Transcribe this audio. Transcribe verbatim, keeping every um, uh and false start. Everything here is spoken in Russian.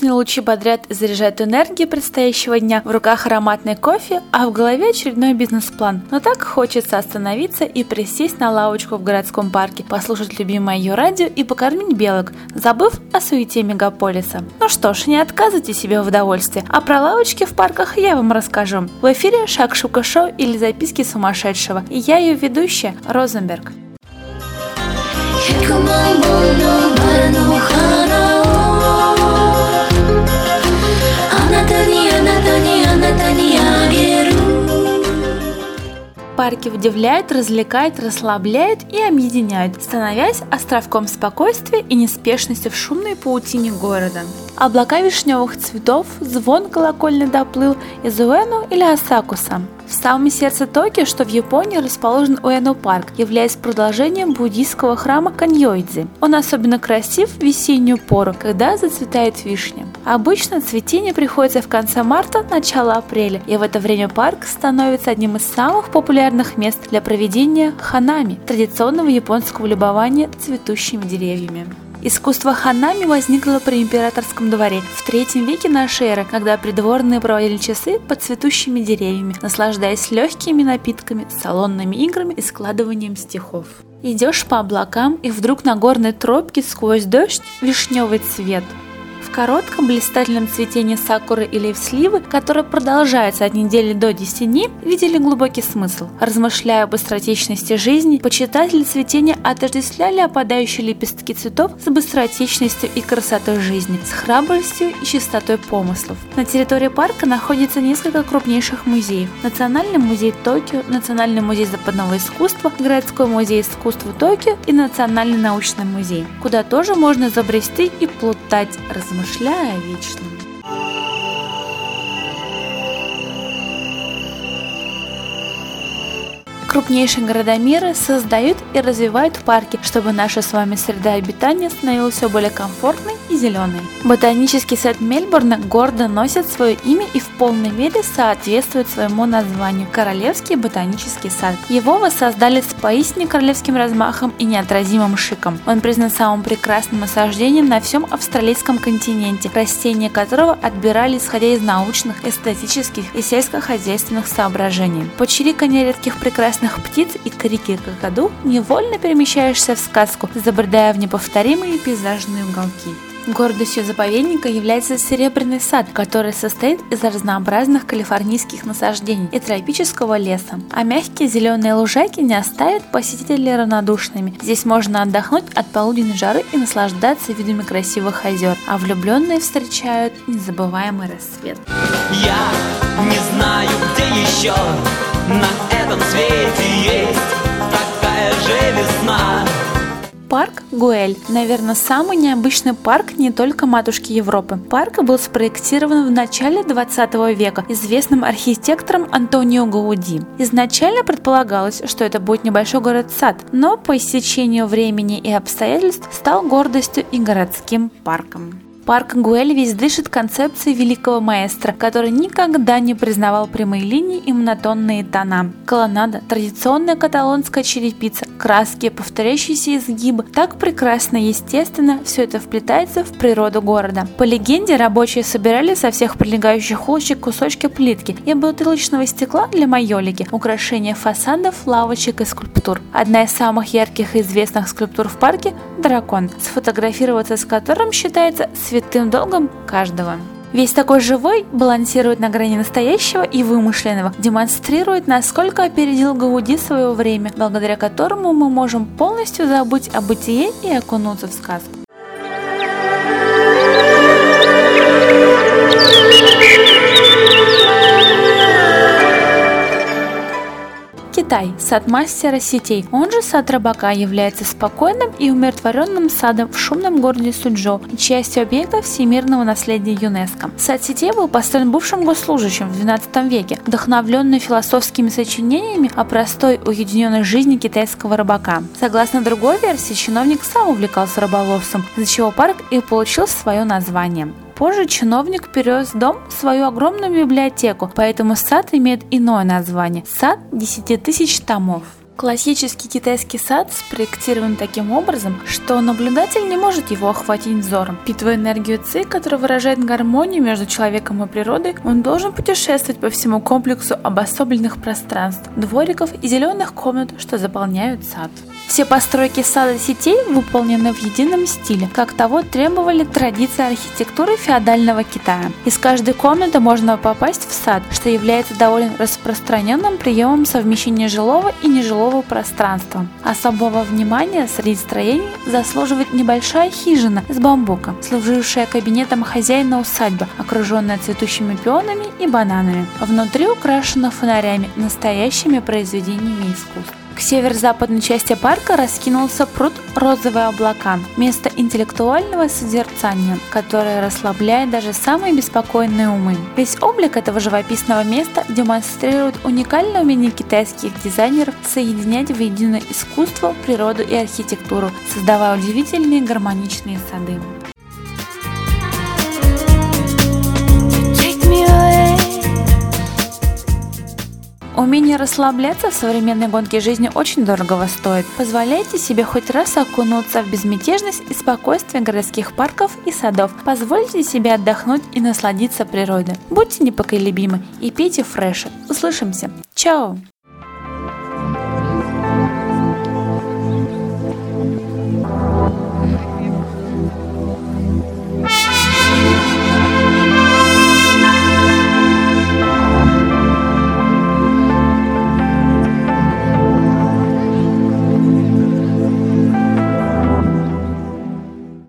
Солнечные лучи бодрят и заряжают энергией предстоящего дня, в руках ароматный кофе, а в голове очередной бизнес-план. Но так хочется остановиться и присесть на лавочку в городском парке, послушать любимое ее радио и покормить белок, забыв о суете мегаполиса. Ну что ж, не отказывайте себе в удовольствии, а про лавочки в парках я вам расскажу. В эфире Шакшука Шоу или записки сумасшедшего, и я ее ведущая Розенберг. Парки удивляют, развлекают, расслабляют и объединяют, становясь островком спокойствия и неспешности в шумной паутине города. Облака вишневых цветов, звон колокольный доплыл из Уэно или Асакуса. В самом сердце Токио, что в Японии, расположен Уэно-парк, являясь продолжением буддийского храма Каньёидзи. Он особенно красив в весеннюю пору, когда зацветает вишня. Обычно цветение приходится в конце марта, начало апреля, и в это время парк становится одним из самых популярных мест для проведения ханами, традиционного японского любования цветущими деревьями. Искусство ханами возникло при императорском дворе в третьем веке нашей эры, когда придворные проводили часы под цветущими деревьями, наслаждаясь легкими напитками, салонными играми и складыванием стихов. Идешь по облакам, и вдруг на горной тропке сквозь дождь вишневый цвет. В коротком блистательном цветении сакуры или сливы, которое продолжается от недели до десяти дней, видели глубокий смысл. Размышляя о быстротечности жизни, почитатели цветения отождествляли опадающие лепестки цветов с быстротечностью и красотой жизни, с храбростью и чистотой помыслов. На территории парка находится несколько крупнейших музеев: Национальный музей Токио, Национальный музей западного искусства, Городской музей искусства Токио и Национальный научный музей, куда тоже можно забрести и плутать, размышляя о вечном. Крупнейшие города мира создают и развивают парки, чтобы наша с вами среда обитания становилась все более комфортной и зеленой. Ботанический сад Мельбурна гордо носит свое имя и в полной мере соответствует своему названию – Королевский ботанический сад. Его воссоздали с поистине королевским размахом и неотразимым шиком. Он признан самым прекрасным насаждением на всем австралийском континенте, растения которого отбирали исходя из научных, эстетических и сельскохозяйственных соображений. Под чириканье редких прекрасных птиц и крики какаду невольно перемещаешься в сказку, забредая в неповторимые пейзажные уголки. Гордостью заповедника является Серебряный сад, который состоит из разнообразных калифорнийских насаждений и тропического леса. А мягкие зеленые лужайки не оставят посетителей равнодушными. Здесь можно отдохнуть от полуденной жары и наслаждаться видами красивых озер, а влюбленные встречают незабываемый рассвет. Я не знаю, где еще на этом свете есть такая же весна. Парк Гуэль, наверное, самый необычный парк не только матушки Европы. Парк был спроектирован в начале двадцатого века известным архитектором Антонио Гауди. Изначально предполагалось, что это будет небольшой город-сад, но по истечению времени и обстоятельств стал гордостью и городским парком. Парк Гуэль весь дышит концепцией великого маэстро, который никогда не признавал прямые линии и монотонные тона. Колоннада, традиционная каталонская черепица, краски, повторяющиеся изгибы, так прекрасно и естественно все это вплетается в природу города. По легенде, рабочие собирали со всех прилегающих улочек кусочки плитки и бутылочного стекла для майолики, украшения фасадов, лавочек и скульптур. Одна из самых ярких и известных скульптур в парке – дракон, сфотографироваться с которым считается святым долгом каждого. Весь такой живой, балансирует на грани настоящего и вымышленного, демонстрирует, насколько опередил Гауди свое время, благодаря которому мы можем полностью забыть о бытие и окунуться в сказку. Китай, сад мастера сетей, он же сад рыбака, является спокойным и умиротворенным садом в шумном городе Суджоу и частью объекта всемирного наследия ЮНЕСКО. Сад сетей был построен бывшим госслужащим в двенадцатом веке, вдохновленный философскими сочинениями о простой, уединенной жизни китайского рыбака. Согласно другой версии, чиновник сам увлекался рыболовством, из-за чего парк и получил свое название. Позже чиновник перевез в дом свою огромную библиотеку, поэтому сад имеет иное название – сад десяти тысяч томов. Классический китайский сад спроектирован таким образом, что наблюдатель не может его охватить взором. Впитывая энергию ци, которая выражает гармонию между человеком и природой, он должен путешествовать по всему комплексу обособленных пространств, двориков и зеленых комнат, что заполняют сад. Все постройки сада сетей выполнены в едином стиле, как того требовали традиции архитектуры феодального Китая. Из каждой комнаты можно попасть в сад, что является довольно распространенным приемом совмещения жилого и нежилого пространства. Особого внимания среди строений заслуживает небольшая хижина из бамбука, служившая кабинетом хозяина усадьбы, окруженная цветущими пионами и бананами. Внутри украшена фонарями, настоящими произведениями искусства. К северо-западной части парка раскинулся пруд «Розовые облака» – место интеллектуального созерцания, которое расслабляет даже самые беспокойные умы. Весь облик этого живописного места демонстрирует уникальное умение китайских дизайнеров соединять воедино искусство, природу и архитектуру, создавая удивительные гармоничные сады. Умение расслабляться в современной гонке жизни очень дорого стоит. Позволяйте себе хоть раз окунуться в безмятежность и спокойствие городских парков и садов. Позвольте себе отдохнуть и насладиться природой. Будьте непоколебимы и пейте фреши. Услышимся. Чао!